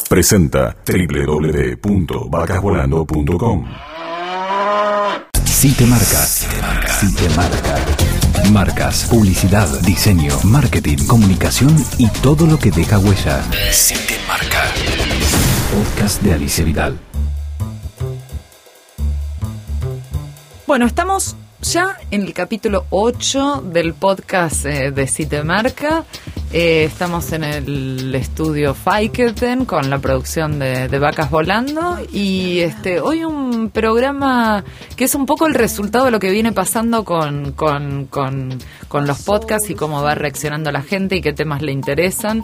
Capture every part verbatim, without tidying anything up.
presenta doble u doble u doble u punto vacas volando punto com. Si te marca, si te marca. Marcas, publicidad, diseño, marketing, comunicación y todo lo que deja huella. Si te marca. Podcast de Alicia Vidal. Bueno, estamos ya en el capítulo ocho del podcast eh, de Si te marca. Eh, estamos en el estudio Fiketen con la producción de, de Vacas Volando y este hoy un programa que es un poco el resultado de lo que viene pasando con, con, con, con los podcasts y cómo va reaccionando la gente y qué temas le interesan.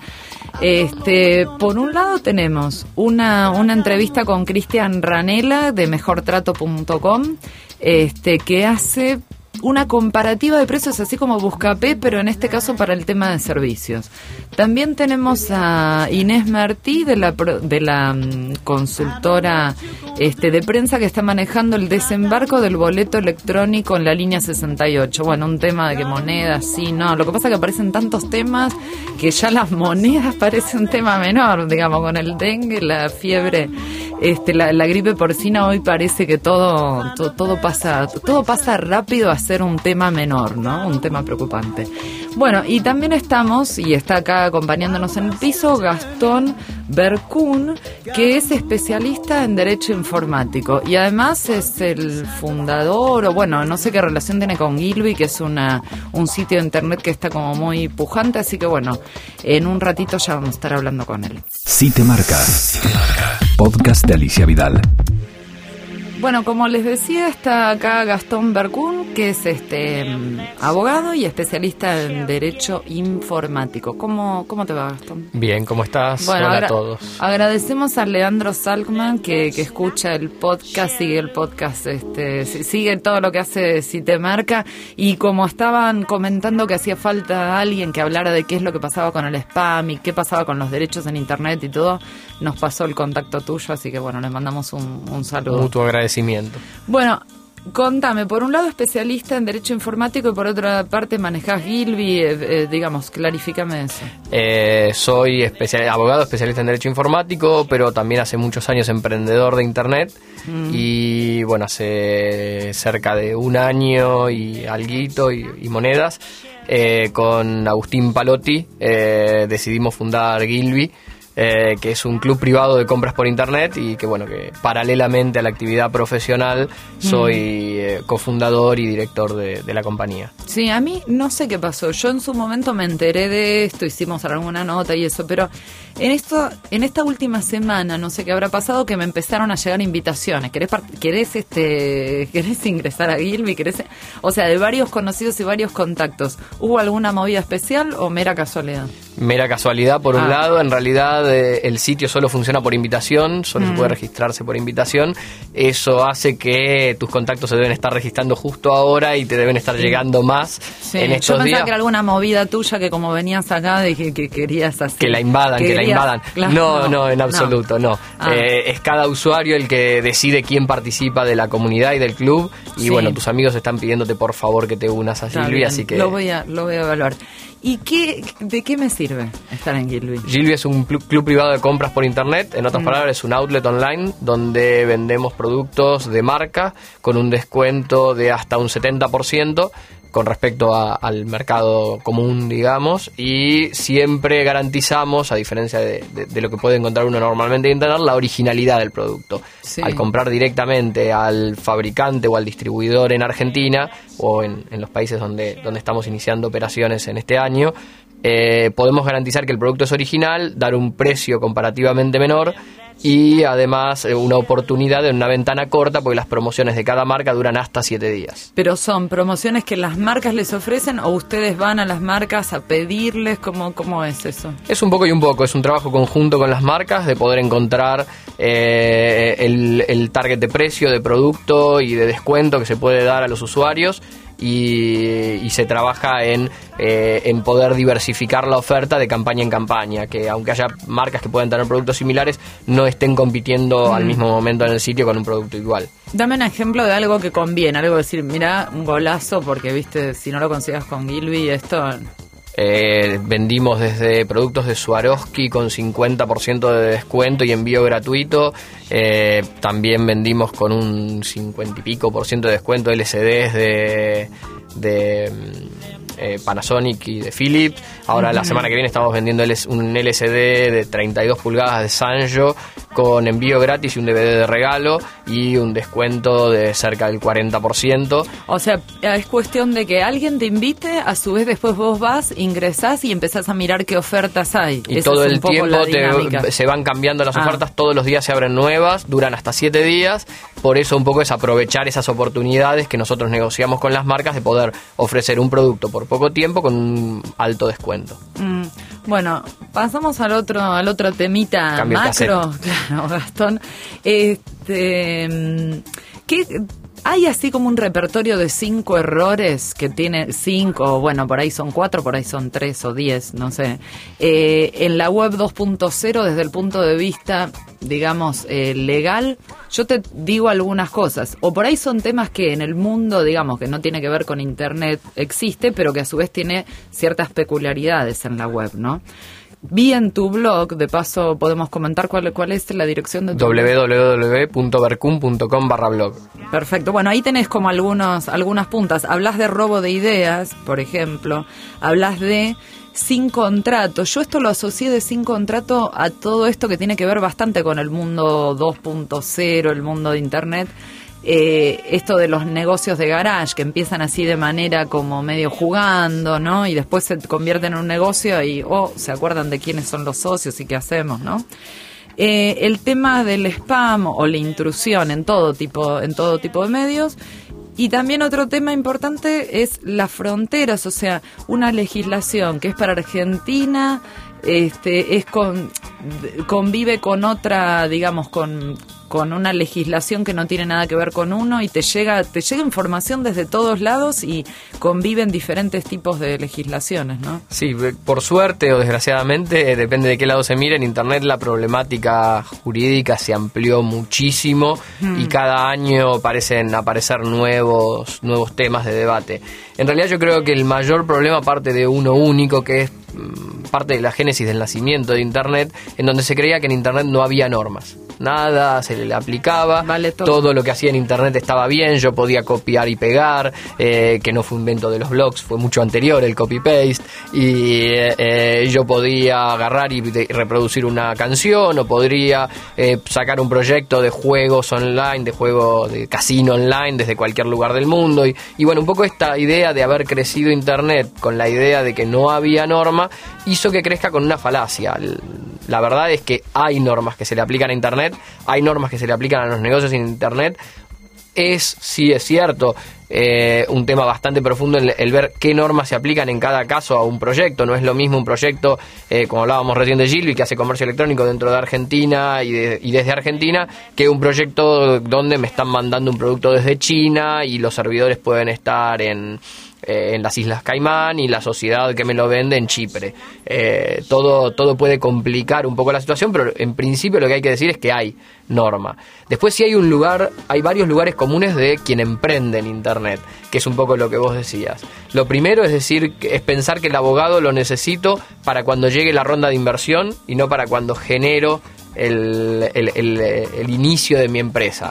Este, por un lado tenemos una, una entrevista con Cristian Ranella de mejor trato punto com, este, que hace una comparativa de precios así como Buscapé, pero en este caso para el tema de servicios. También tenemos a Inés Martí de la de la um, consultora este de prensa que está manejando el desembarco del boleto electrónico en la línea sesenta y ocho. Bueno, un tema de que monedas, sí, no. Lo que pasa es que aparecen tantos temas que ya las monedas parecen un tema menor, digamos, con el dengue, la fiebre, este, la, la gripe porcina, hoy parece que todo, todo, todo pasa, todo pasa rápido a ser un tema menor, ¿no? Un tema preocupante. Bueno, y también estamos, y está acá acompañándonos en el piso, Gastón Berkun, que es especialista en Derecho Informático y además es el fundador, o bueno, no sé qué relación tiene con Gilby, que es una un sitio de internet que está como muy pujante, así que bueno, en un ratito ya vamos a estar hablando con él. Si te marca. Podcast de Alicia Vidal. Bueno, como les decía, está acá Gastón Berkun, que es este abogado y especialista en Derecho Informático. ¿Cómo, cómo te va, Gastón? Bien, ¿cómo estás? Bueno, Hola agra- a todos. Agradecemos a Leandro Salkman, que, que escucha el podcast, sigue el podcast, este, sigue todo lo que hace Si te marca, y como estaban comentando que hacía falta alguien que hablara de qué es lo que pasaba con el spam y qué pasaba con los derechos en internet y todo, nos pasó el contacto tuyo, así que bueno, le mandamos un, un saludo. Mutuo agradecimiento. Bueno, contame, por un lado especialista en Derecho Informático y por otra parte manejás Gilby, eh, eh, digamos, clarifícame eso. Eh, soy especial, abogado especialista en Derecho Informático, pero también hace muchos años emprendedor de Internet. Mm. Y bueno, hace cerca de un año y alguito y, y monedas, eh, con Agustín Palotti eh, decidimos fundar Gilby. Eh, que es un club privado de compras por internet y que bueno, que paralelamente a la actividad profesional soy eh, cofundador y director de, de la compañía. Sí, a mí no sé qué pasó, yo en su momento me enteré de esto, hicimos alguna nota y eso, pero en esto, en esta última semana, no sé qué habrá pasado, que me empezaron a llegar invitaciones. ¿Querés, querés, este, querés ingresar a Gilby? ¿Querés? O sea, de varios conocidos y varios contactos. ¿Hubo alguna movida especial o mera casualidad? Mera casualidad, por ah. un lado. En realidad eh, el sitio solo funciona por invitación, solo mm. se puede registrarse por invitación. Eso hace que tus contactos se deben estar registrando justo ahora y te deben estar sí. llegando más sí. en estos Yo pensaba días. que era alguna movida tuya que como venías acá dije que querías hacer. Que la invadan, que, que la invadan. Claro, no, no, no, en absoluto, no. no. Ah. Eh, es cada usuario el que decide quién participa de la comunidad y del club. Y sí. bueno, tus amigos están pidiéndote por favor que te unas a Gilby, así que... Lo voy a, lo voy a evaluar. ¿Y qué, de qué me sirve estar en Gilby? Gilby es un club, club privado de compras por internet, en otras mm. palabras es un outlet online donde vendemos productos de marca con un descuento de hasta un setenta por ciento con respecto a, al mercado común, digamos, y siempre garantizamos, a diferencia de, de, de lo que puede encontrar uno normalmente en internet, la originalidad del producto. Sí. Al comprar directamente al fabricante o al distribuidor en Argentina o en, en los países donde, donde estamos iniciando operaciones en este año, eh, podemos garantizar que el producto es original, dar un precio comparativamente menor y además eh, una oportunidad en una ventana corta, porque las promociones de cada marca duran hasta siete días. ¿Pero son promociones que las marcas les ofrecen o ustedes van a las marcas a pedirles? ¿Cómo, cómo es eso? Es un poco y un poco, es un trabajo conjunto con las marcas de poder encontrar eh, el, el target de precio, de producto y de descuento que se puede dar a los usuarios. Y, y se trabaja en, eh, en poder diversificar la oferta de campaña en campaña, que aunque haya marcas que pueden tener productos similares, no estén compitiendo mm. al mismo momento en el sitio con un producto igual. Dame un ejemplo de algo que conviene, algo de decir, mira, un golazo, porque viste, si no lo consigas con Gilby, esto Eh, vendimos desde productos de Swarovski con cincuenta por ciento de descuento y envío gratuito. Eh, también vendimos con un cincuenta y pico por ciento de descuento L C Ds de, de eh, Panasonic y de Philips. Ahora uh-huh. la semana que viene estamos vendiendo un L C D de treinta y dos pulgadas de Sanyo con envío gratis y un D V D de regalo y un descuento de cerca del cuarenta por ciento. O sea, es cuestión de que alguien te invite, a su vez después vos vas, ingresás y empezás a mirar qué ofertas hay. Y Esa todo es el tiempo te, se van cambiando las ah. ofertas, todos los días se abren nuevas, duran hasta siete días, por eso un poco es aprovechar esas oportunidades que nosotros negociamos con las marcas de poder ofrecer un producto por poco tiempo con un alto descuento. Mm. Bueno, pasamos al otro al otro temita Cambio macro, claro, Gastón. Este, ¿qué, hay así como un repertorio de cinco errores que tiene cinco, bueno, por ahí son cuatro, por ahí son tres o diez, no sé, eh, en la web dos punto cero desde el punto de vista, digamos, eh, legal? Yo te digo algunas cosas, o por ahí son temas que en el mundo, digamos, que no tiene que ver con internet, existe, pero que a su vez tiene ciertas peculiaridades en la web, ¿no? Vi en tu blog, de paso podemos comentar cuál, cuál es la dirección de tu w w w punto vercum punto com barra blog. Perfecto, bueno, ahí tenés como algunos, algunas puntas. Hablas de robo de ideas, por ejemplo, hablas de sin contrato. Yo esto lo asocié de sin contrato a todo esto que tiene que ver bastante con el mundo dos punto cero, el mundo de internet. Eh, esto de los negocios de garage que empiezan así de manera como medio jugando, ¿no? Y después se convierten en un negocio y, oh, se acuerdan de quiénes son los socios y qué hacemos, ¿no? Eh, el tema del spam o la intrusión en todo tipo, en todo tipo de medios. Y también otro tema importante es las fronteras, o sea, una legislación que es para Argentina, este, es con, convive con otra, digamos, con, con una legislación que no tiene nada que ver con uno y te llega, te llega información desde todos lados y conviven diferentes tipos de legislaciones, ¿no? Sí, por suerte o desgraciadamente, depende de qué lado se mire, en Internet la problemática jurídica se amplió muchísimo hmm. y cada año parecen aparecer nuevos, nuevos temas de debate. En realidad yo creo que el mayor problema parte de uno único, que es parte de la génesis del nacimiento de Internet, en donde se creía que en Internet no había normas. Nada se le aplicaba, vale todo. todo lo que hacía en Internet estaba bien, yo podía copiar y pegar, eh, que no fue invento de los blogs, fue mucho anterior el copy-paste, y eh, yo podía agarrar y de, reproducir una canción, o podría eh, sacar un proyecto de juegos online, de juego de casino online desde cualquier lugar del mundo, y, y bueno, un poco esta idea de haber crecido Internet con la idea de que no había norma, hizo que crezca con una falacia. La verdad es que hay normas que se le aplican a Internet, hay normas que se le aplican a los negocios en Internet. Es, sí es cierto, eh, un tema bastante profundo el, el ver qué normas se aplican en cada caso a un proyecto. No es lo mismo un proyecto, eh, como hablábamos recién de Gilby, que hace comercio electrónico dentro de Argentina y, de, y desde Argentina, que un proyecto donde me están mandando un producto desde China y los servidores pueden estar en... en las Islas Caimán y la sociedad que me lo vende en Chipre. Eh, todo, todo puede complicar un poco la situación, pero en principio lo que hay que decir es que hay norma. Después sí hay un lugar, hay varios lugares comunes de quien emprende en Internet, que es un poco lo que vos decías. Lo primero es decir, es pensar que el abogado lo necesito para cuando llegue la ronda de inversión y no para cuando genero el, el, el, el inicio de mi empresa.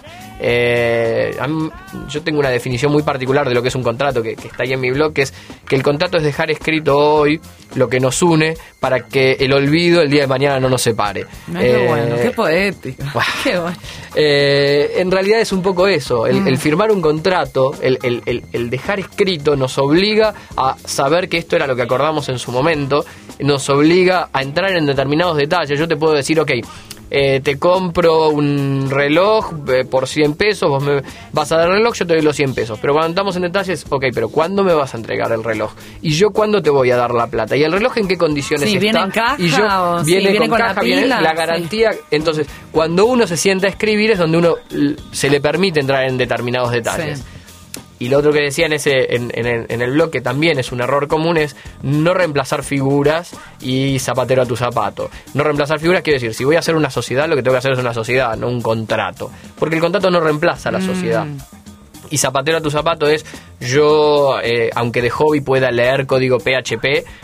Eh, a mí, yo tengo una definición muy particular de lo que es un contrato, que, que está ahí en mi blog, que es que el contrato es dejar escrito hoy lo que nos une para que el olvido el día de mañana no nos separe. No, qué eh, bueno, qué poético. Bueno, qué bueno. Eh, en realidad es un poco eso, el, mm. el firmar un contrato, el, el, el, el dejar escrito nos obliga a saber que esto era lo que acordamos en su momento, nos obliga a entrar en determinados detalles. Yo te puedo decir, ok, Eh, te compro un reloj eh, por cien pesos, vos me vas a dar el reloj, yo te doy los cien pesos. Pero cuando estamos en detalles, ok, pero ¿cuándo me vas a entregar el reloj? ¿Y yo cuándo te voy a dar la plata? ¿Y el reloj en qué condiciones sí, está? ¿Viene en caja? Y yo, o viene, sí, con viene con caja, la pila, viene la garantía. Sí. Entonces, cuando uno se sienta a escribir es donde uno se le permite entrar en determinados detalles. Sí. Y lo otro que decía en, ese, en, en, el, en el blog, que también es un error común, es no reemplazar figuras y zapatero a tu zapato. No reemplazar figuras quiere decir, si voy a hacer una sociedad, lo que tengo que hacer es una sociedad, no un contrato. Porque el contrato no reemplaza a la sociedad. Mm. Y zapatero a tu zapato es, yo, eh, aunque de hobby pueda leer código P H P,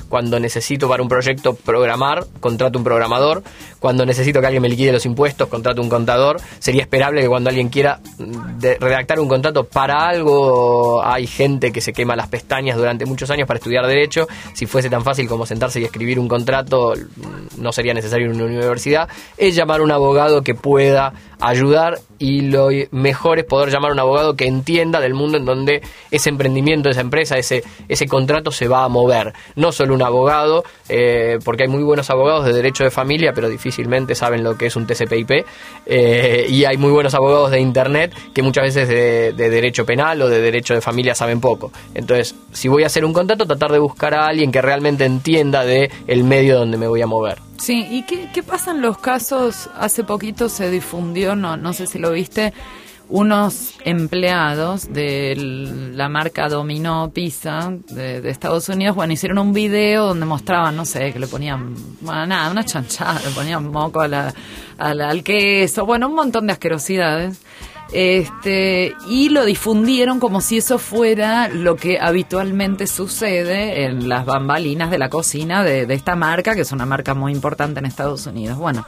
Cuando necesito para un proyecto programar, contrato un programador. Cuando necesito que alguien me liquide los impuestos, contrato un contador. Sería esperable que cuando alguien quiera de redactar un contrato para algo, hay gente que se quema las pestañas durante muchos años para estudiar Derecho. Si fuese tan fácil como sentarse y escribir un contrato, no sería necesario una universidad. Es llamar a un abogado que pueda ayudar, y lo mejor es poder llamar a un abogado que entienda del mundo en donde ese emprendimiento, esa empresa, ese ese contrato se va a mover. No solo un abogado, eh, porque hay muy buenos abogados de derecho de familia, pero difícilmente saben lo que es un T C P I P, eh, y hay muy buenos abogados de internet que muchas veces de, de derecho penal o de derecho de familia saben poco. Entonces, si voy a hacer un contrato, tratar de buscar a alguien que realmente entienda de el medio donde me voy a mover. Sí, ¿y qué, qué pasa en los casos? Hace poquito se difundió, no, no sé si lo viste, unos empleados de la marca Domino Pizza de, de Estados Unidos, bueno, hicieron un video donde mostraban, no sé, que le ponían, bueno, nada, una chanchada, le ponían moco a la, a la, al queso, bueno, un montón de asquerosidades. Este, y lo difundieron como si eso fuera lo que habitualmente sucede en las bambalinas de la cocina de, de esta marca, que es una marca muy importante en Estados Unidos. Bueno,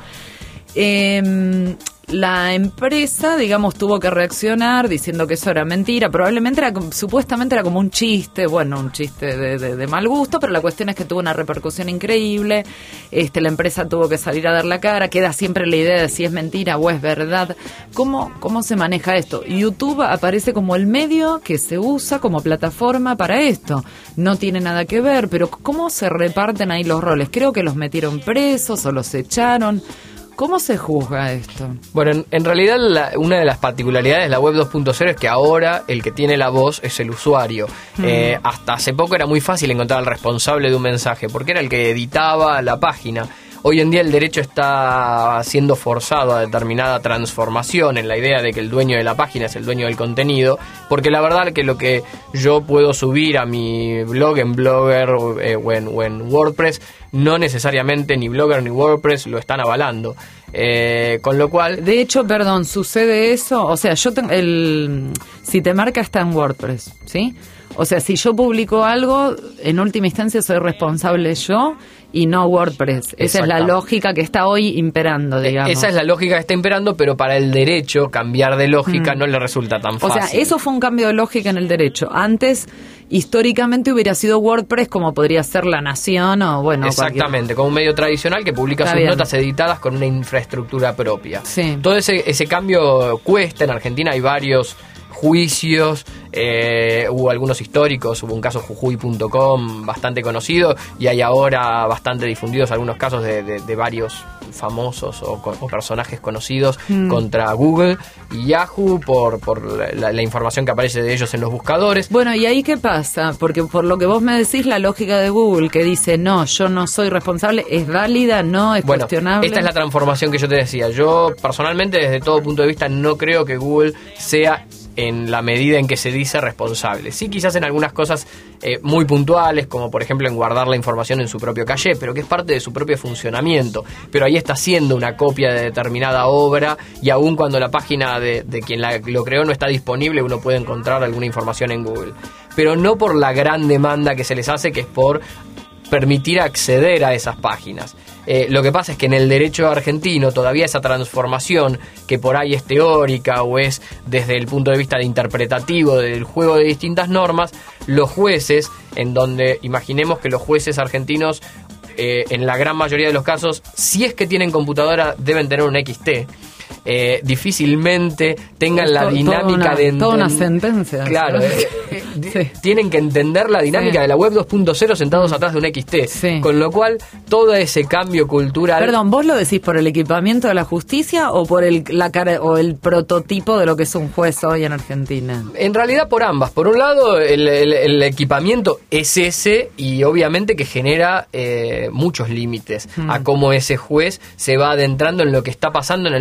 eh, la empresa, digamos, tuvo que reaccionar diciendo que eso era mentira. Probablemente era, supuestamente era como un chiste, bueno, un chiste de, de, de mal gusto, pero la cuestión es que tuvo una repercusión increíble. Este, la empresa tuvo que salir a dar la cara. Queda siempre la idea de si es mentira o es verdad. ¿Cómo, cómo se maneja esto? YouTube aparece como el medio que se usa como plataforma para esto. No tiene nada que ver, pero ¿cómo se reparten ahí los roles? Creo que los metieron presos o los echaron. ¿Cómo se juzga esto? Bueno, en, en realidad la, una de las particularidades de la web dos punto cero es que ahora el que tiene la voz es el usuario. Mm. Eh, hasta hace poco era muy fácil encontrar al responsable de un mensaje, porque era el que editaba la página. Hoy en día el derecho está siendo forzado a determinada transformación en la idea de que el dueño de la página es el dueño del contenido, porque la verdad que lo que yo puedo subir a mi blog en Blogger eh, o, en, o en WordPress, no necesariamente ni Blogger ni WordPress lo están avalando. Eh, con lo cual... De hecho, perdón, ¿sucede eso? O sea, yo tengo el Si Te Marca está en WordPress, ¿sí? O sea, si yo publico algo, en última instancia soy responsable yo y no WordPress. Esa es la lógica que está hoy imperando, digamos. Esa es la lógica que está imperando, pero para el derecho cambiar de lógica mm. no le resulta tan fácil. O sea, eso fue un cambio de lógica en el derecho. Antes, históricamente hubiera sido WordPress, como podría ser La Nación o bueno... Exactamente, cualquier... como un medio tradicional que publica está sus bien. notas editadas con una infraestructura propia. Sí. Todo ese, ese cambio cuesta. En Argentina hay varios juicios, eh, hubo algunos históricos, hubo un caso jujuy punto com bastante conocido, y hay ahora bastante difundidos algunos casos de, de, de varios famosos o, o personajes conocidos mm. contra Google y Yahoo por, por la, la información que aparece de ellos en los buscadores. Bueno, ¿y ahí qué pasa? Porque por lo que vos me decís, la lógica de Google que dice, no, yo no soy responsable, ¿es válida? ¿No? ¿Es bueno, cuestionable? Esta es la transformación que yo te decía. Yo personalmente, desde todo punto de vista, no creo que Google sea, en la medida en que se dice, responsable. Sí, quizás en algunas cosas eh, muy puntuales, como por ejemplo en guardar la información en su propio caché, pero que es parte de su propio funcionamiento. Pero ahí está haciendo una copia de determinada obra, y aun cuando la página de, de quien la, lo creó no está disponible, uno puede encontrar alguna información en Google. Pero no por la gran demanda que se les hace, que es por permitir acceder a esas páginas. Eh, lo que pasa es que en el derecho argentino todavía esa transformación, que por ahí es teórica o es desde el punto de vista de interpretativo del juego de distintas normas, los jueces, en donde imaginemos que los jueces argentinos, eh, en la gran mayoría de los casos, si es que tienen computadora, deben tener un X T. Eh, difícilmente tengan la dinámica toda una, de entender. Toda una sentencia. Claro, eh, eh, sí. Tienen que entender la dinámica sí. de la web dos punto cero sentados mm. atrás de un X T. Sí. Con lo cual, todo ese cambio cultural. Perdón, ¿vos lo decís por el equipamiento de la justicia o por el la cara o el prototipo de lo que es un juez hoy en Argentina? En realidad, por ambas. Por un lado, el, el, el equipamiento es ese, y obviamente que genera eh, muchos límites mm. a cómo ese juez se va adentrando en lo que está pasando en el mundo mm. que le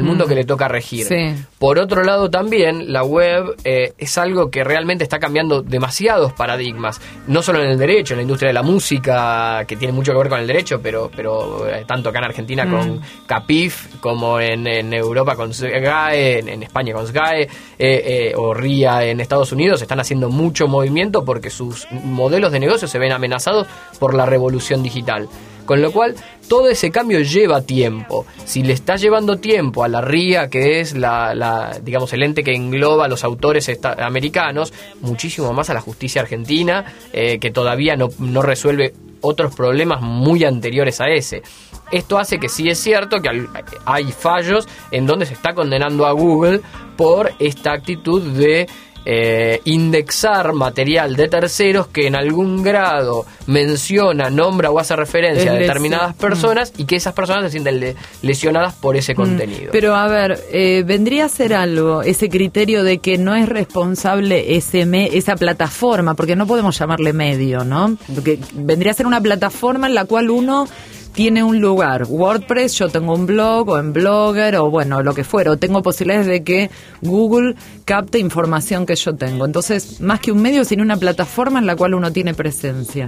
toca regir. Sí. Por otro lado también, la web eh, es algo que realmente está cambiando demasiados paradigmas, no solo en el derecho, en la industria de la música, que tiene mucho que ver con el derecho, pero, pero eh, tanto acá en Argentina mm. con Capif, como en, en Europa con SGAE, en, en España con SGAE, eh, eh, o RIA en Estados Unidos, están haciendo mucho movimiento porque sus modelos de negocio se ven amenazados por la revolución digital. Con lo cual, todo ese cambio lleva tiempo. Si le está llevando tiempo a la RIA, que es la, la digamos el ente que engloba a los autores esta- americanos, muchísimo más a la justicia argentina, eh, que todavía no, no resuelve otros problemas muy anteriores a ese. Esto hace que sí es cierto que hay fallos en donde se está condenando a Google por esta actitud de Eh, indexar material de terceros que en algún grado menciona, nombra o hace referencia a determinadas personas mm. y que esas personas se sienten le- lesionadas por ese mm. contenido. Pero a ver, eh, vendría a ser algo, ese criterio de que no es responsable ese me- esa plataforma, porque no podemos llamarle medio, ¿no? Porque vendría a ser una plataforma en la cual uno tiene un lugar, WordPress, yo tengo un blog o en Blogger o bueno, lo que fuera, o tengo posibilidades de que Google capte información que yo tengo. Entonces, más que un medio, sino una plataforma en la cual uno tiene presencia.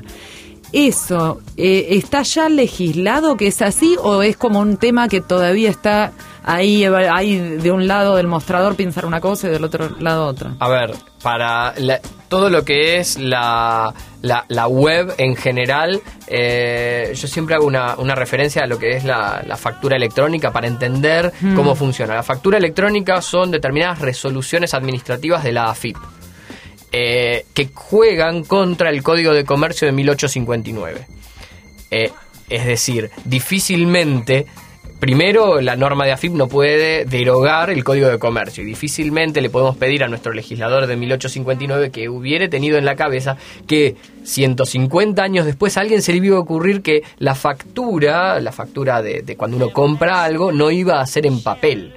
¿Eso eh, está ya legislado que es así o es como un tema que todavía está ahí, ahí de un lado del mostrador pensar una cosa y del otro lado otra? A ver, para la, todo lo que es la, la, la web en general, eh, yo siempre hago una, una referencia a lo que es la, la factura electrónica para entender mm. cómo funciona. La factura electrónica son determinadas resoluciones administrativas de la A F I P. Eh, que juegan contra el Código de Comercio de mil ochocientos cincuenta y nueve. Eh, es decir, difícilmente, primero, la norma de A F I P no puede derogar el Código de Comercio y difícilmente le podemos pedir a nuestro legislador de mil ochocientos cincuenta y nueve que hubiera tenido en la cabeza que ciento cincuenta años después a alguien se le iba a ocurrir que la factura, la factura de, de cuando uno compra algo, no iba a ser en papel.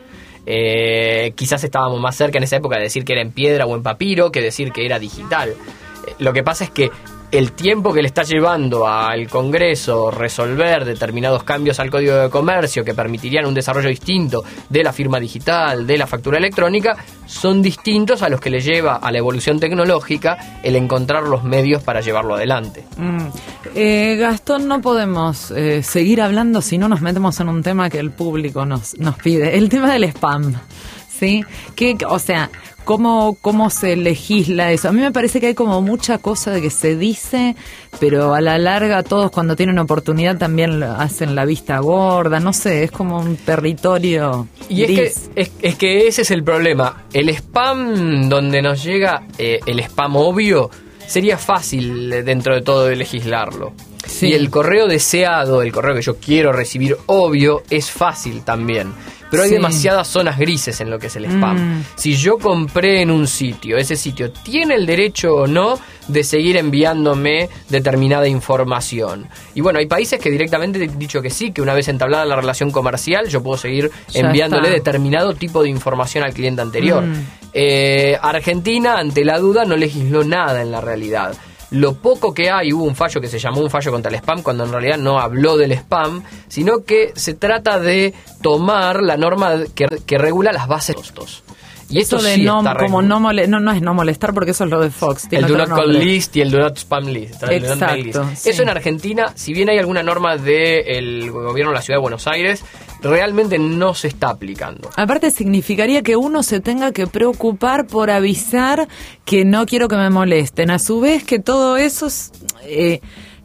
Eh, quizás estábamos más cerca en esa época de decir que era en piedra o en papiro que decir que era digital. Eh, lo que pasa es que el tiempo que le está llevando al Congreso resolver determinados cambios al Código de Comercio que permitirían un desarrollo distinto de la firma digital, de la factura electrónica, son distintos a los que le lleva a la evolución tecnológica el encontrar los medios para llevarlo adelante. Mm. Eh, Gastón, no podemos eh, seguir hablando si no nos metemos en un tema que el público nos, nos pide, el tema del spam, ¿sí? Que, o sea, ¿Cómo, ¿Cómo se legisla eso? A mí me parece que hay como mucha cosa de que se dice, pero a la larga todos cuando tienen oportunidad también hacen la vista gorda, no sé, es como un territorio y gris. Es que, es, es que ese es el problema. El spam, donde nos llega eh, el spam obvio, sería fácil dentro de todo de legislarlo. Sí. Y el correo deseado, el correo que yo quiero recibir obvio, es fácil también. Pero hay sí. demasiadas zonas grises en lo que es el spam. Mm. Si yo compré en un sitio, ese sitio tiene el derecho o no de seguir enviándome determinada información. Y bueno, hay países que directamente han dicho que sí, que una vez entablada la relación comercial, yo puedo seguir ya enviándole está. determinado tipo de información al cliente anterior. Mm. Eh, Argentina, ante la duda, no legisló nada en la realidad. Lo poco que hay, hubo un fallo que se llamó un fallo contra el spam, cuando en realidad no habló del spam, sino que se trata de tomar la norma que, que regula las bases de costos. Y eso de sí no, como no, mole, no, no es no molestar, porque eso es lo de Fox. El do not call list y el do not spam list. Exacto. List. Sí. Eso en Argentina, si bien hay alguna norma del gobierno de la Ciudad de Buenos Aires, realmente no se está aplicando. Aparte significaría que uno se tenga que preocupar por avisar que no quiero que me molesten. A su vez que todo eso eh,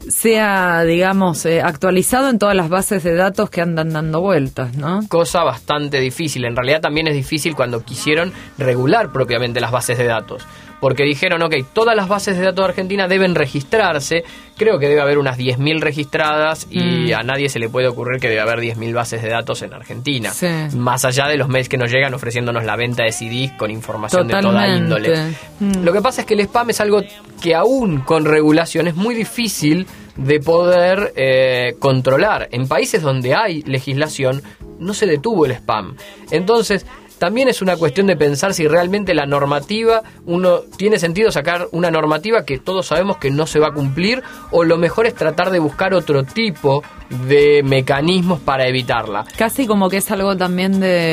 sea, digamos, eh, actualizado en todas las bases de datos que andan dando vueltas, ¿no? Cosa bastante difícil. En realidad también es difícil cuando quisieron regular propiamente las bases de datos. Porque dijeron, ok, todas las bases de datos de Argentina deben registrarse. Creo que debe haber unas diez mil registradas y mm. a nadie se le puede ocurrir que debe haber diez mil bases de datos en Argentina. Sí. Más allá de los mails que nos llegan ofreciéndonos la venta de C Ds con información Totalmente. de toda índole. Mm. Lo que pasa es que el spam es algo que aún con regulación es muy difícil de poder eh, controlar. En países donde hay legislación no se detuvo el spam. Entonces también es una cuestión de pensar si realmente la normativa, uno tiene sentido sacar una normativa que todos sabemos que no se va a cumplir, o lo mejor es tratar de buscar otro tipo de mecanismos para evitarla. Casi como que es algo también de,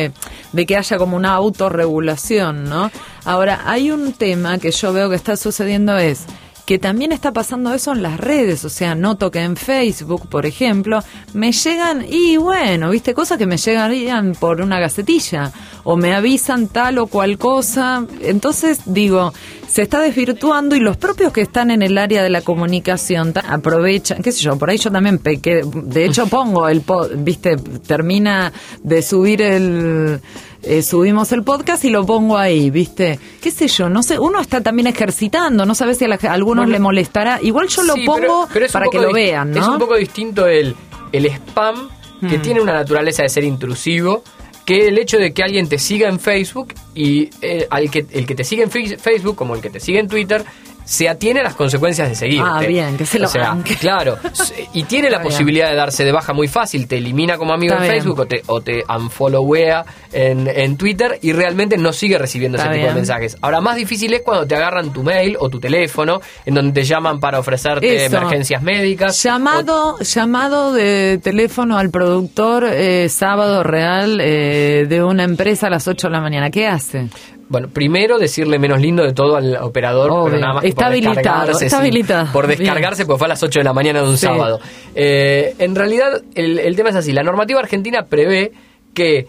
de que haya como una autorregulación, ¿no? Ahora, hay un tema que yo veo que está sucediendo es que también está pasando eso en las redes, o sea, noto que en Facebook, por ejemplo, me llegan, y bueno, viste, cosas que me llegarían por una gacetilla, o me avisan tal o cual cosa, entonces digo, se está desvirtuando y los propios que están en el área de la comunicación ta- aprovechan, qué sé yo, por ahí yo también pequé, de hecho pongo el, po- viste, termina de subir el... Eh, subimos el podcast y lo pongo ahí, ¿viste? ¿Qué sé yo? No sé, uno está también ejercitando, no sabe si a, la, a algunos bueno, le molestará. Igual yo lo sí, pongo pero, pero para que lo vean, ¿no? Es un poco distinto el, el spam, que hmm. tiene una naturaleza de ser intrusivo, que el hecho de que alguien te siga en Facebook y eh, al que, el que te sigue en Facebook, como el que te sigue en Twitter, se atiene a las consecuencias de seguirte. Ah, bien, que se lo o sea, banque. Claro, y tiene la Está posibilidad bien. de darse de baja muy fácil, te elimina como amigo Está en bien. Facebook o te, o te unfollowea en, en Twitter y realmente no sigue recibiendo Está ese bien. tipo de mensajes. Ahora, más difícil es cuando te agarran tu mail o tu teléfono, en donde te llaman para ofrecerte Eso. emergencias médicas. Llamado o... llamado de teléfono al productor eh, sábado real eh, de una empresa a las ocho de la mañana. ¿Qué hace? Bueno, primero decirle menos lindo de todo al operador, Obvio. pero nada más que está por habilitado, descargarse. Está sí, habilitado. Por descargarse, porque fue a las ocho de la mañana de un sí. sábado. Eh, en realidad, el, el tema es así. La normativa argentina prevé que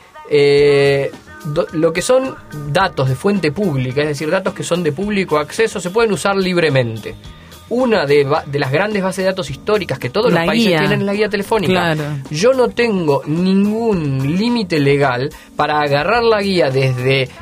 eh, do, lo que son datos de fuente pública, es decir, datos que son de público acceso, se pueden usar libremente. Una de, de las grandes bases de datos históricas que todos la los países guía. tienen es la guía telefónica. Claro. Yo no tengo ningún límite legal para agarrar la guía desde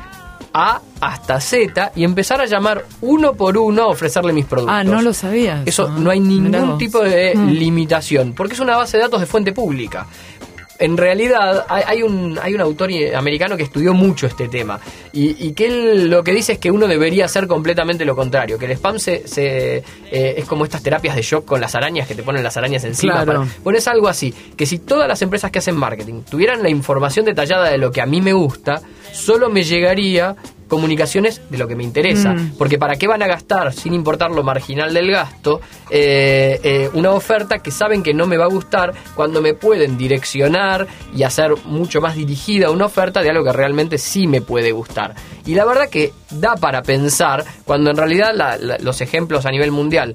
A hasta Z y empezar a llamar uno por uno a ofrecerle mis productos. Ah, no lo sabías. Eso, ¿no? No hay ningún tipo de mm. limitación, porque es una base de datos de fuente pública. En realidad hay, hay un hay un autor americano que estudió mucho este tema y, y que él lo que dice es que uno debería hacer completamente lo contrario, que el spam se, se eh, es como estas terapias de shock con las arañas que te ponen las arañas encima. Claro. Para, bueno, es algo así, que si todas las empresas que hacen marketing tuvieran la información detallada de lo que a mí me gusta, solo me llegaría comunicaciones de lo que me interesa, mm. porque para qué van a gastar, sin importar lo marginal del gasto, eh, eh, una oferta que saben que no me va a gustar, cuando me pueden direccionar y hacer mucho más dirigida una oferta de algo que realmente sí me puede gustar. Y la verdad que da para pensar, cuando en realidad la, la, los ejemplos a nivel mundial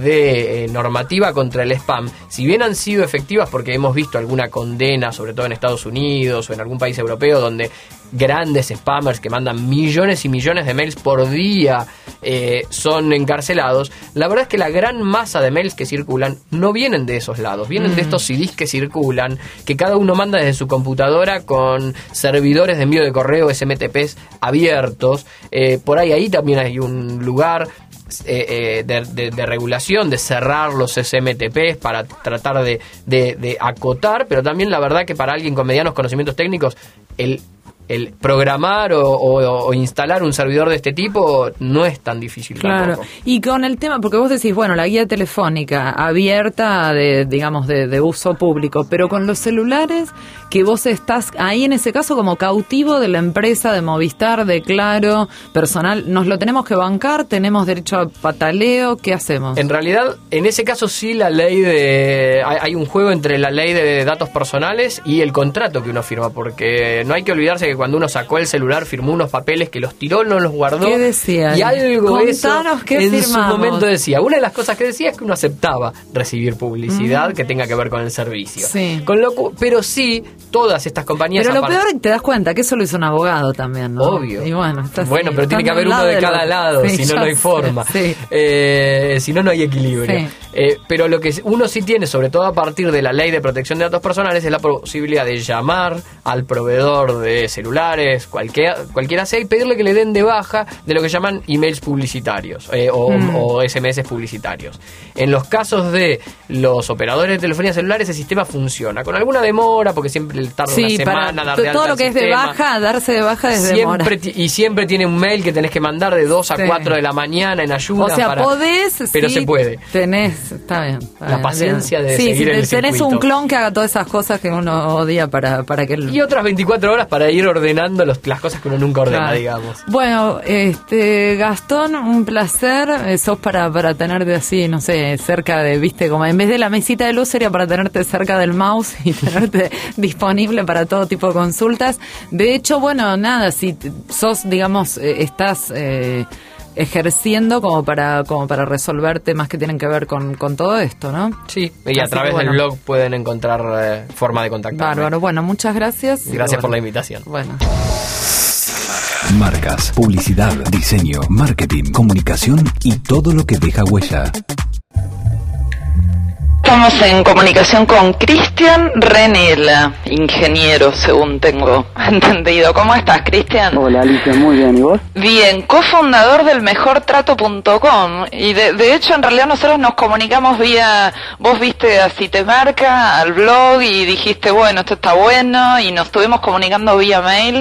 de eh, normativa contra el spam, si bien han sido efectivas porque hemos visto alguna condena, sobre todo en Estados Unidos o en algún país europeo, donde grandes spammers que mandan millones y millones de mails por día eh, son encarcelados, la verdad es que la gran masa de mails que circulan no vienen de esos lados, vienen mm. de estos C Ds que circulan, que cada uno manda desde su computadora con servidores de envío de correo S M T Ps abiertos. Eh, por ahí ahí también hay un lugar Eh, eh, de, de, de regulación, de cerrar los S M T Ps para tratar de, de, de acotar, pero también la verdad que para alguien con medianos conocimientos técnicos el el programar o, o, o instalar un servidor de este tipo no es tan difícil. Claro. Tampoco. Y con el tema, porque vos decís, bueno, la guía telefónica abierta de, digamos, de, de uso público, pero con los celulares, que vos estás ahí en ese caso como cautivo de la empresa, de Movistar, de Claro, personal, ¿nos lo tenemos que bancar? ¿Tenemos derecho a pataleo? ¿Qué hacemos? En realidad, en ese caso sí la ley de... Hay, hay un juego entre la ley de datos personales y el contrato que uno firma, porque no hay que olvidarse que cuando uno sacó el celular firmó unos papeles que los tiró, no los guardó. ¿Qué decía? Y algo Contanos eso qué en firmamos. su momento decía. Una de las cosas que decía es que uno aceptaba recibir publicidad mm. que tenga que ver con el servicio. Sí. Con lo, pero sí, todas estas compañías... Pero lo aparte, peor es que te das cuenta que eso lo hizo un abogado también, ¿no? Obvio. Y bueno, está así, bueno, pero tiene que haber uno de cada lo... lado, sí, si no, no hay sé, forma. Sí. Eh, si no, no hay equilibrio. Sí. Eh, pero lo que uno sí tiene, sobre todo a partir de la ley de protección de datos personales, es la posibilidad de llamar al proveedor de celulares, cualquiera, cualquiera sea, y pedirle que le den de baja de lo que llaman emails publicitarios eh, o, mm. o S M S publicitarios. En los casos de los operadores de telefonía celular, ese sistema funciona con alguna demora, porque siempre tarda sí, una semana para dar de todo alta lo que al es de sistema. baja, darse de baja es siempre demora. Y siempre tiene un mail que tenés que mandar de dos a sí. cuatro de la mañana en ayuda. O sea, para, podés, pero sí, se puede. Tenés es, está bien. Está La bien, paciencia de sí, seguir si te, el tenés circuito. un clon que haga todas esas cosas que uno odia para, para que... El... Y otras veinticuatro horas para ir ordenando los, las cosas que uno nunca ordena, Claro. digamos. Bueno, este Gastón, un placer. Eh, sos para, para tenerte así, no sé, cerca de, viste, como en vez de la mesita de luz sería para tenerte cerca del mouse y tenerte disponible para todo tipo de consultas. De hecho, bueno, nada, si t- sos, digamos, eh, estás... Eh, ejerciendo como para como para resolver temas que tienen que ver con, con todo esto, ¿no? Sí, y a Así través que, bueno. del blog pueden encontrar eh, forma de contactarme. Bárbaro. Bueno, muchas gracias. Gracias Y por bueno, la invitación. Bueno. Marcas, publicidad, diseño, marketing, comunicación y todo lo que deja huella. Estamos en comunicación con Cristian Renela, ingeniero, según tengo entendido. ¿Cómo estás, Cristian? Hola, Alicia, muy bien, ¿y vos? Bien, cofundador del mejor trato punto com. Y de, de hecho, en realidad nosotros nos comunicamos vía... Vos viste a Sitemarca, al blog, y dijiste, bueno, esto está bueno, y nos estuvimos comunicando vía mail.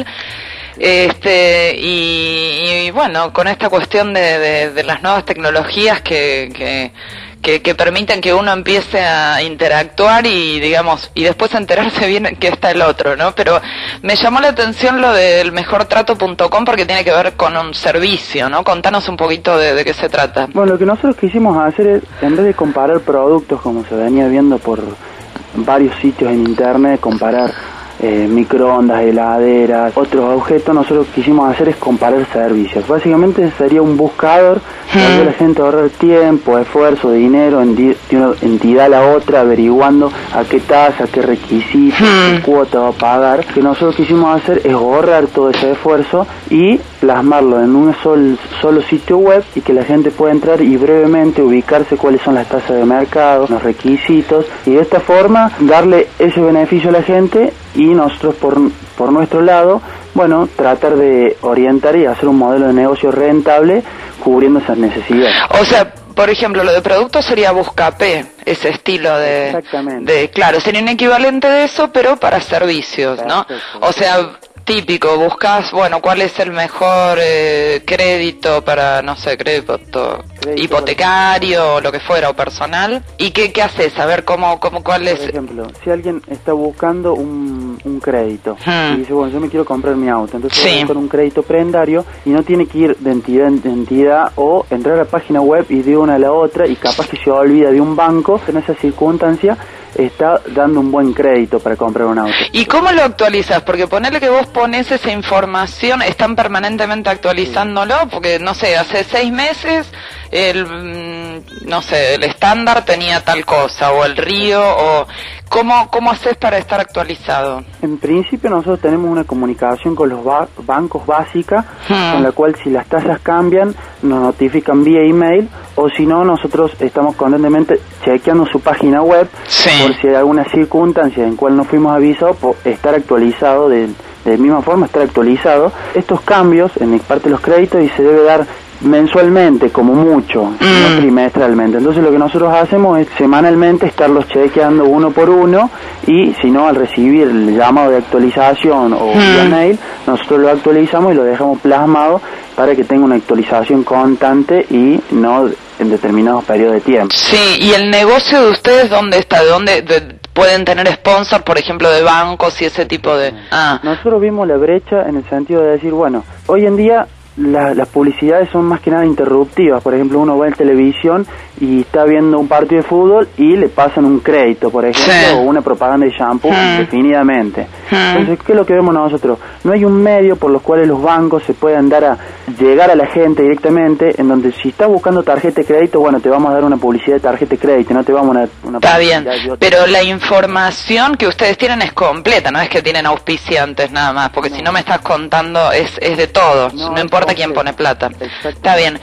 Este y, y bueno, con esta cuestión de, de, de las nuevas tecnologías que... que Que, que permiten que uno empiece a interactuar y digamos y después enterarse bien que está el otro, ¿no? Pero me llamó la atención lo del mejor trato punto com porque tiene que ver con un servicio, ¿no? Contanos un poquito de, de qué se trata. Bueno, lo que nosotros quisimos hacer es, en vez de comparar productos como se venía viendo por varios sitios en internet, comparar eh, microondas, heladeras, otros objetos, nosotros quisimos hacer es comparar servicios. Básicamente sería un buscador que ayuda a la gente a ahorrar tiempo, esfuerzo, dinero en di- de una entidad a la otra, averiguando a qué tasa, a qué requisitos, qué cuota va a pagar. Lo que nosotros quisimos hacer es ahorrar todo ese esfuerzo y plasmarlo en un sol, solo sitio web y que la gente pueda entrar y brevemente ubicarse cuáles son las tasas de mercado, los requisitos, y de esta forma darle ese beneficio a la gente y nosotros por, por nuestro lado, bueno, tratar de orientar y hacer un modelo de negocio rentable cubriendo esas necesidades. O sea, por ejemplo, lo de productos sería Buscapé, ese estilo de... Exactamente. de claro, sería un equivalente de eso, pero para servicios, ¿no? Perfecto. O sea, típico, buscas, bueno, cuál es el mejor eh, crédito para, no sé, crédito Crédito hipotecario o lo que fuera, o personal. ¿Y qué, qué haces? A ver, cómo, cómo, cuál Por es... ejemplo, si alguien está buscando un, un crédito Hmm. y dice, bueno, yo me quiero comprar mi auto, entonces Sí. va a buscar un crédito prebendario y no tiene que ir de entidad en entidad o entrar a la página web y de una a la otra y capaz que se olvida de un banco, en esa circunstancia está dando un buen crédito para comprar un auto. ¿Y cómo lo actualizas? Porque ponerle que vos pones esa información, están permanentemente actualizándolo, porque no sé, hace seis meses el, mm, no sé, el estándar tenía tal cosa, o el río, o ¿cómo, cómo haces para estar actualizado? En principio nosotros tenemos una comunicación con los ba- bancos básica, Hmm. con la cual si las tasas cambian nos notifican vía email, o si no nosotros estamos constantemente chequeando su página web Sí. por si hay alguna circunstancia en cual no fuimos avisados, por estar actualizado de, de misma forma, estar actualizado estos cambios en parte de los créditos y se debe dar mensualmente como mucho, Mm. no trimestralmente. Entonces lo que nosotros hacemos es semanalmente estarlos chequeando uno por uno y si no al recibir el llamado de actualización o Mm. vía mail, nosotros lo actualizamos y lo dejamos plasmado para que tenga una actualización constante y no en determinados periodos de tiempo. Sí, ¿y el negocio de ustedes dónde está? ¿De dónde de- pueden tener sponsor, por ejemplo, de bancos y ese tipo de...? Ah, Nosotros vimos la brecha en el sentido de decir, bueno, hoy en día la- las publicidades son más que nada interruptivas. Por ejemplo, uno va en televisión y está viendo un partido de fútbol y le pasan un crédito, por ejemplo, Sí. o una propaganda de shampoo, Mm. definidamente. Mm. Entonces, ¿qué es lo que vemos nosotros? No hay un medio por los cuales los bancos se puedan dar a llegar a la gente directamente, en donde si estás buscando tarjeta de crédito, bueno, te vamos a dar una publicidad de tarjeta de crédito, no te vamos a dar una está publicidad bien, de otra. pero la información que ustedes tienen es completa, no es que tienen auspiciantes nada más, porque si no me estás contando es, es de todos, no, No, es importa quién completo. pone plata. Exacto. Está bien.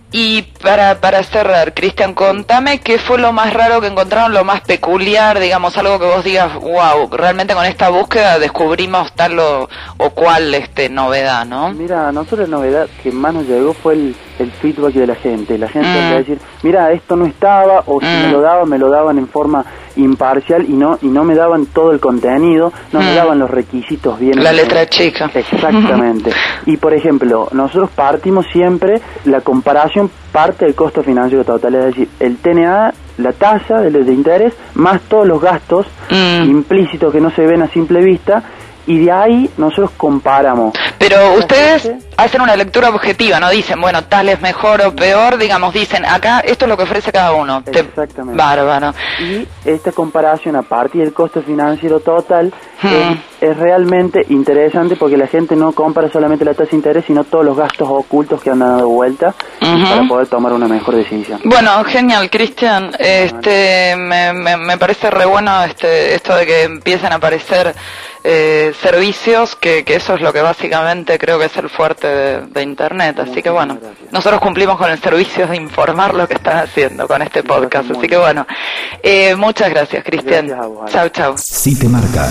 Y para, para cerrar, Cristian, contame qué fue lo más raro que encontraron, lo más peculiar, digamos, algo que vos digas, wow, realmente con esta búsqueda descubrimos tal o, o cual este, novedad, ¿no? Mira, a nosotros la novedad que más nos llegó fue el, el feedback de la gente. La gente Mm. va a decir, mira, esto no estaba, o si Mm. me lo daban, me lo daban en forma imparcial y no y no me daban todo el contenido, no mm. me daban los requisitos bien. La letra chica. Exactamente. Y por ejemplo, nosotros partimos siempre, la comparación parte del costo financiero total, es decir, el T N A, la tasa de, de interés, más todos los gastos mm. implícitos que no se ven a simple vista, y de ahí nosotros comparamos. Pero ustedes hacen una lectura objetiva, no dicen, bueno, tal es mejor o peor, digamos, dicen, acá esto es lo que ofrece cada uno. Exactamente. Bárbaro. Y esta comparación a partir del costo financiero total hmm. es, es realmente interesante porque la gente no compara solamente la tasa de interés, sino todos los gastos ocultos que han dado vuelta uh-huh. para poder tomar una mejor decisión. Bueno, genial, Cristian. Este, me, me, me parece re bueno este, esto de que empiecen a aparecer Eh, servicios, que, que eso es lo que básicamente creo que es el fuerte de, de Internet, así que bueno, nosotros cumplimos con el servicio de informar lo que están haciendo con este podcast, así que bueno, eh, muchas gracias, Cristian. Chau, chau. Si te marca,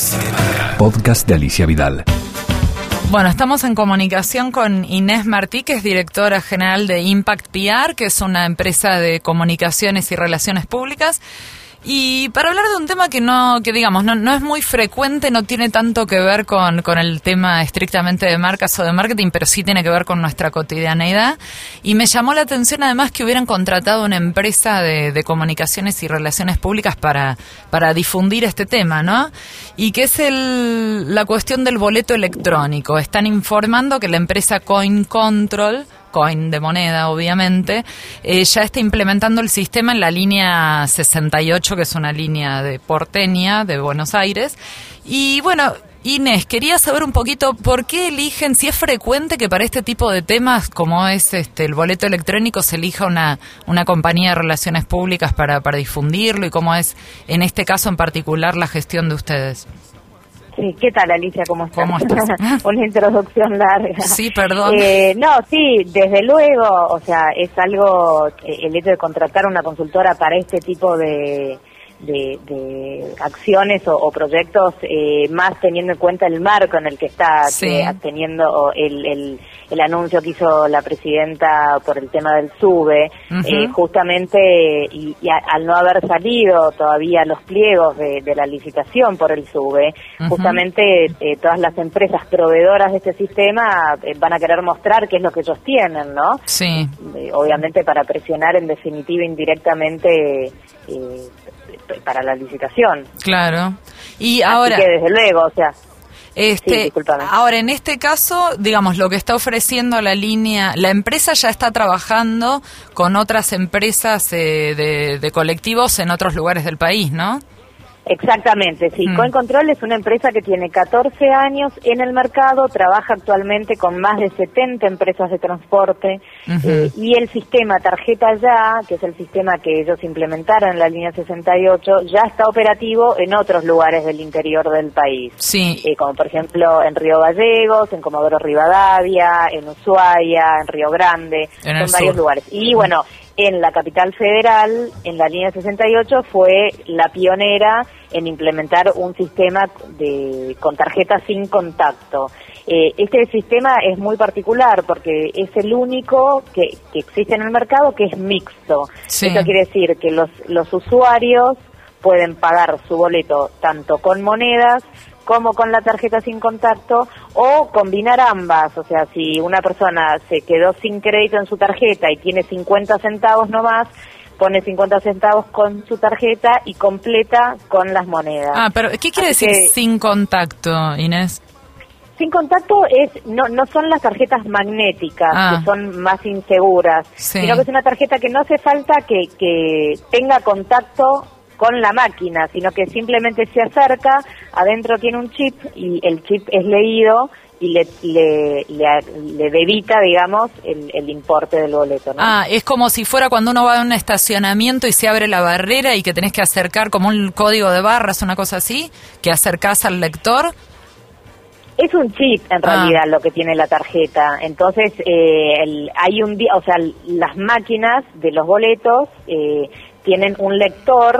podcast de Alicia Vidal. Bueno, estamos en comunicación con Inés Martí, que es directora general de Impact P R, que es una empresa de comunicaciones y relaciones públicas. Y para hablar de un tema que no, que digamos, no, no es muy frecuente, no tiene tanto que ver con, con el tema estrictamente de marcas o de marketing, pero sí tiene que ver con nuestra cotidianeidad. Y me llamó la atención además que hubieran contratado una empresa de, de comunicaciones y relaciones públicas para, para difundir este tema, ¿no? Y que es el, la cuestión del boleto electrónico. Están informando que la empresa Coin Control, Coin de moneda, obviamente, eh, ya está implementando el sistema en la línea sesenta y ocho, que es una línea de porteña de Buenos Aires. Y bueno, Inés, quería saber un poquito por qué eligen, si es frecuente que para este tipo de temas, como es este el boleto electrónico, se elija una, una compañía de relaciones públicas para, para difundirlo, y cómo es, en este caso en particular, la gestión de ustedes. Sí, ¿qué tal, Alicia? ¿Cómo estás? ¿Cómo estás? Una introducción larga. Sí, perdón. Eh, no, sí, desde luego, o sea, es algo, el hecho de contratar una consultora para este tipo de, de, de acciones o, o proyectos, eh, más teniendo en cuenta el marco en el que está sí. eh, teniendo el, el, el anuncio que hizo la presidenta por el tema del SUBE, uh-huh. eh, justamente, y, y a, al no haber salido todavía los pliegos de, de la licitación por el SUBE, uh-huh. justamente eh, todas las empresas proveedoras de este sistema eh, van a querer mostrar qué es lo que ellos tienen, ¿no? Sí. Eh, obviamente para presionar en definitiva indirectamente eh, para la licitación. Claro. Y ahora, así que desde luego, o sea, este, sí, ahora en este caso, digamos, lo que está ofreciendo la línea, la empresa ya está trabajando con otras empresas eh, de, de colectivos en otros lugares del país, ¿no? Exactamente, sí. Mm. Coin Control es una empresa que tiene catorce años en el mercado, trabaja actualmente con más de setenta empresas de transporte, uh-huh. eh, y el sistema Tarjeta Ya, que es el sistema que ellos implementaron en la línea sesenta y ocho, ya está operativo en otros lugares del interior del país. Sí. Eh, como por ejemplo en Río Gallegos, en Comodoro Rivadavia, en Ushuaia, en Río Grande, en varios sur. lugares. Y bueno, en la capital federal, en la línea sesenta y ocho, fue la pionera en implementar un sistema de con tarjeta sin contacto. Eh, este sistema es muy particular porque es el único que, que existe en el mercado que es mixto. Sí. Eso quiere decir que los, los usuarios pueden pagar su boleto tanto con monedas como con la tarjeta sin contacto, o combinar ambas. O sea, si una persona se quedó sin crédito en su tarjeta y tiene cincuenta centavos nomás, pone cincuenta centavos con su tarjeta y completa con las monedas. Ah, pero ¿qué quiere Así decir que, sin contacto, Inés? Sin contacto es no no son las tarjetas magnéticas, ah. que son más inseguras, sí. sino que es una tarjeta que no hace falta que, que tenga contacto con la máquina, sino que simplemente se acerca, adentro tiene un chip y el chip es leído y le le, le, le debita, digamos, el, el importe del boleto, ¿no? Ah, es como si fuera cuando uno va a un estacionamiento y se abre la barrera y que tenés que acercar como un código de barras, una cosa así, que acercás al lector. Es un chip, en realidad, ah. lo que tiene la tarjeta. Entonces, eh, el, hay un día, o sea, las máquinas de los boletos eh, tienen un lector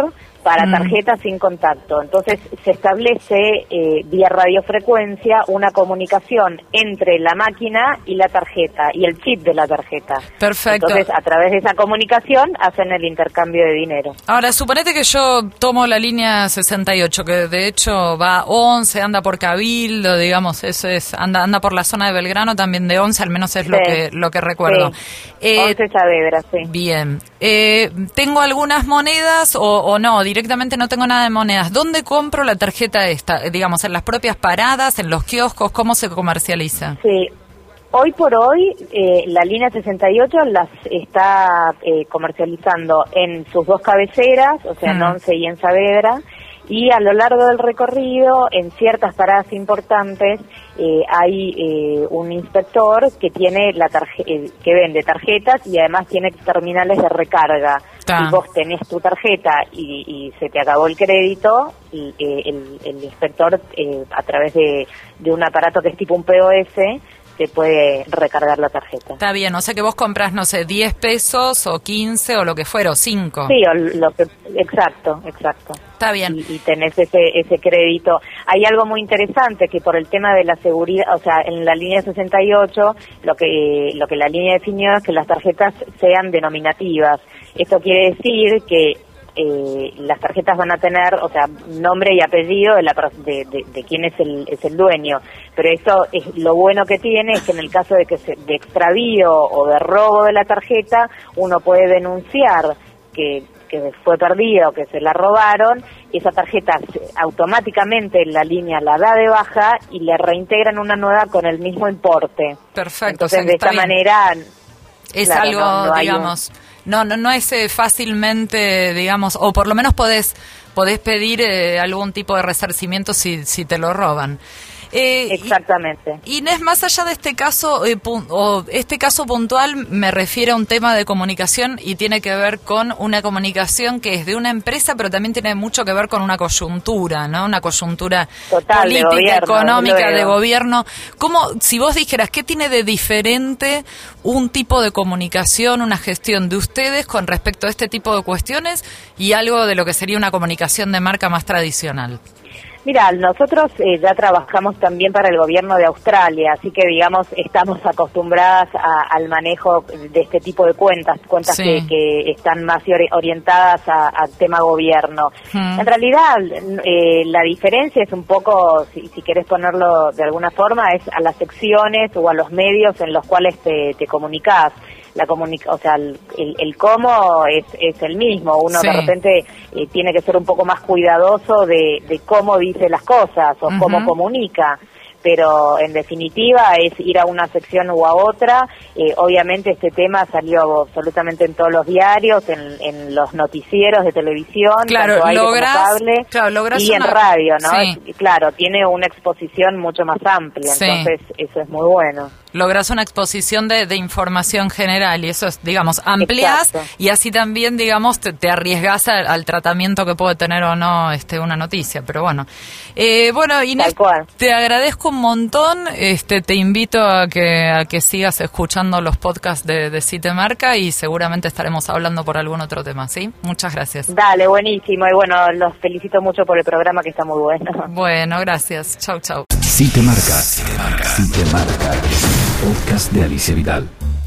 para Mm. tarjetas sin contacto. Entonces se establece eh, vía radiofrecuencia una comunicación entre la máquina y la tarjeta y el chip de la tarjeta. Perfecto. Entonces a través de esa comunicación hacen el intercambio de dinero. Ahora, suponete que yo tomo la línea sesenta y ocho, que de hecho va a once, anda por Cabildo, digamos, eso es, anda anda por la zona de Belgrano, también de once, al menos es lo Sí. que lo que recuerdo. Sí. Eh, once Saavedra, sí. Bien. Eh, ¿Tengo algunas monedas o, o no? Directamente no tengo nada de monedas. ¿Dónde compro la tarjeta esta? Digamos, ¿en las propias paradas, en los kioscos? ¿Cómo se comercializa? Sí. Hoy por hoy, eh, la línea sesenta y ocho las está eh, comercializando en sus dos cabeceras, o sea, Mm. en Once y en Saavedra, y a lo largo del recorrido, en ciertas paradas importantes, eh, hay eh, un inspector que tiene la tarje- eh, que vende tarjetas y además tiene terminales de recarga. Ta. Si vos tenés tu tarjeta y, y se te acabó el crédito, y, eh, el, el inspector, eh, a través de, de un aparato que es tipo un P O S, te puede recargar la tarjeta. Está bien, o sea que vos compras, no sé, diez pesos o quince o lo que fuera, o cinco. Sí, o lo que, exacto, exacto. Está bien. Y, y tenés ese ese crédito. Hay algo muy interesante que por el tema de la seguridad, o sea, en la línea sesenta y ocho, lo que lo que la línea definió es que las tarjetas sean denominativas. Esto quiere decir que eh, las tarjetas van a tener, o sea, nombre y apellido de, la, de, de, de quién es el, es el dueño, pero eso es lo bueno que tiene, es que en el caso de que se, de extravío o de robo de la tarjeta, uno puede denunciar que, que fue perdido, que se la robaron, esa tarjeta automáticamente la línea la da de baja y le reintegran una nueva con el mismo importe. Perfecto. Entonces, o sea, de está esta bien. manera... Es claro, algo, no, no hay digamos, no, no, no es eh, fácilmente, digamos, o por lo menos podés, podés pedir eh, algún tipo de resarcimiento si, si te lo roban. Eh, Exactamente. Inés, más allá de este caso, eh, pun- o este caso puntual, me refiere a un tema de comunicación y tiene que ver con una comunicación que es de una empresa, pero también tiene mucho que ver con una coyuntura, ¿no? Una coyuntura Total, de política, gobierno, económica, desde de luego. gobierno. ¿Cómo, si vos dijeras, qué tiene de diferente un tipo de comunicación, una gestión de ustedes con respecto a este tipo de cuestiones y algo de lo que sería una comunicación de marca más tradicional? Mira, nosotros eh, ya trabajamos también para el gobierno de Australia, así que digamos estamos acostumbradas a, al manejo de este tipo de cuentas, cuentas Sí. que, que están más ori- orientadas a- al tema gobierno. Mm. En realidad eh, la diferencia es un poco, si, si querés ponerlo de alguna forma, es a las secciones o a los medios en los cuales te, te comunicás. La comunica, o sea, el, el, el cómo es, es el mismo. Uno Sí. de repente eh, tiene que ser un poco más cuidadoso de, de cómo dice las cosas o Ujú. cómo comunica. Pero en definitiva es ir a una sección u a otra. Eh, obviamente este tema salió absolutamente en todos los diarios, en, en los noticieros de televisión, Claro, tanto aire como lográs- cable, claro, lográs y en una- radio, ¿no? Sí. Es- claro, tiene una exposición mucho más amplia, Sí. entonces eso es muy bueno. Lográs una exposición de, de información general y eso es, digamos, ampliás Exacto. y así también, digamos, te, te arriesgás al, al tratamiento que puede tener o no este una noticia, pero bueno. Eh, bueno, Inés, Tal cual. te agradezco un montón, este te invito a que a que sigas escuchando los podcasts de, de Citemarca y seguramente estaremos hablando por algún otro tema, ¿sí? Muchas gracias. Dale, buenísimo, y bueno, los felicito mucho por el programa que está muy bueno. Bueno, gracias. Chau, chau. Citemarca. Citemarca. Podcast de Alicia Vidal.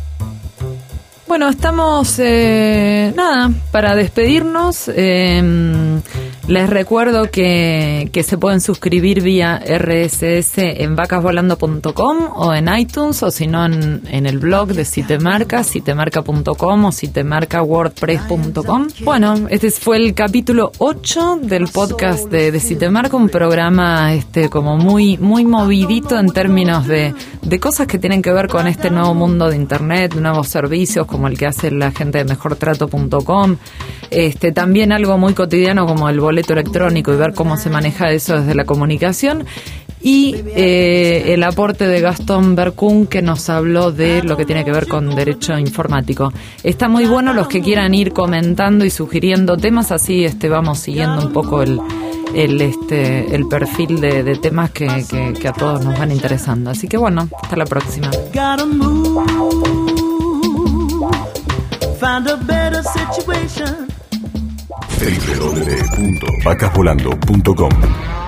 Bueno, estamos, eh, nada, para despedirnos, eh, les recuerdo que, que se pueden suscribir vía R S S en vacas volando punto com o en iTunes, o si no en, en el blog de Citemarca, citemarca punto com o citemarca wordpress punto com. Bueno, este fue el capítulo ocho del podcast de, de Citemarca, un programa este como muy muy movidito en términos de, de cosas que tienen que ver con este nuevo mundo de Internet, nuevos servicios como el que hace la gente de mejor trato punto com, este, también algo muy cotidiano como el boleto electrónico y ver cómo se maneja eso desde la comunicación, y eh, el aporte de Gastón Berkun, que nos habló de lo que tiene que ver con derecho informático. Está muy bueno, los que quieran ir comentando y sugiriendo temas, así este vamos siguiendo un poco el el este el perfil de, de temas que, que, que a todos nos van interesando. Así que bueno, hasta la próxima. Gotta move, find a better situation. doble u doble u doble u punto vacas volando punto com.